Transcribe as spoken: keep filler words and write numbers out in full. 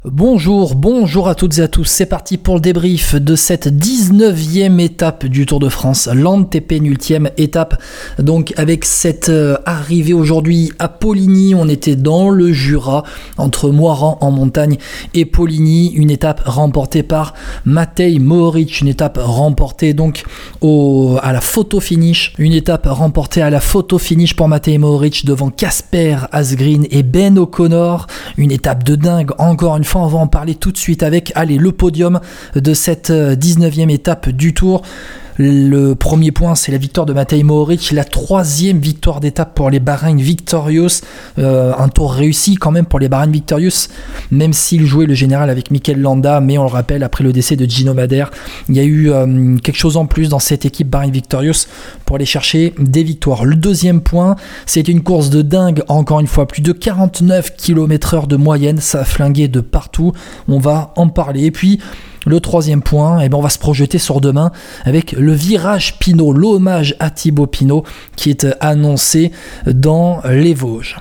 Bonjour, bonjour à toutes et à tous, c'est parti pour le débrief de cette dix-neuvième étape du Tour de France, l'antépénultième étape, donc avec cette euh, arrivée aujourd'hui à Poligny. On était dans le Jura, entre Moirans en montagne et Poligny, une étape remportée par Matej Mohoric, une étape remportée donc au, à la photo finish, une étape remportée à la photo finish pour Matej Mohoric devant Casper Asgreen et Ben O'Connor, une étape de dingue, encore une fois. On va en parler tout de suite avec allez, le podium de cette dix-neuvième étape du Tour. Le premier point, c'est la victoire de Matej Mohoric, la troisième victoire d'étape pour les Bahrain Victorious, euh, un tour réussi quand même pour les Bahrain Victorious, même s'il jouait le général avec Mikel Landa, mais on le rappelle, après le décès de Gino Madère, il y a eu euh, quelque chose en plus dans cette équipe Bahrain Victorious pour aller chercher des victoires. Le deuxième point, c'est une course de dingue, encore une fois, plus de quarante-neuf kilomètres heure de moyenne, ça a flingué de partout, on va en parler. Et puis, le troisième point, eh ben on va se projeter sur demain avec le virage Pinot, l'hommage à Thibaut Pinot qui est annoncé dans les Vosges.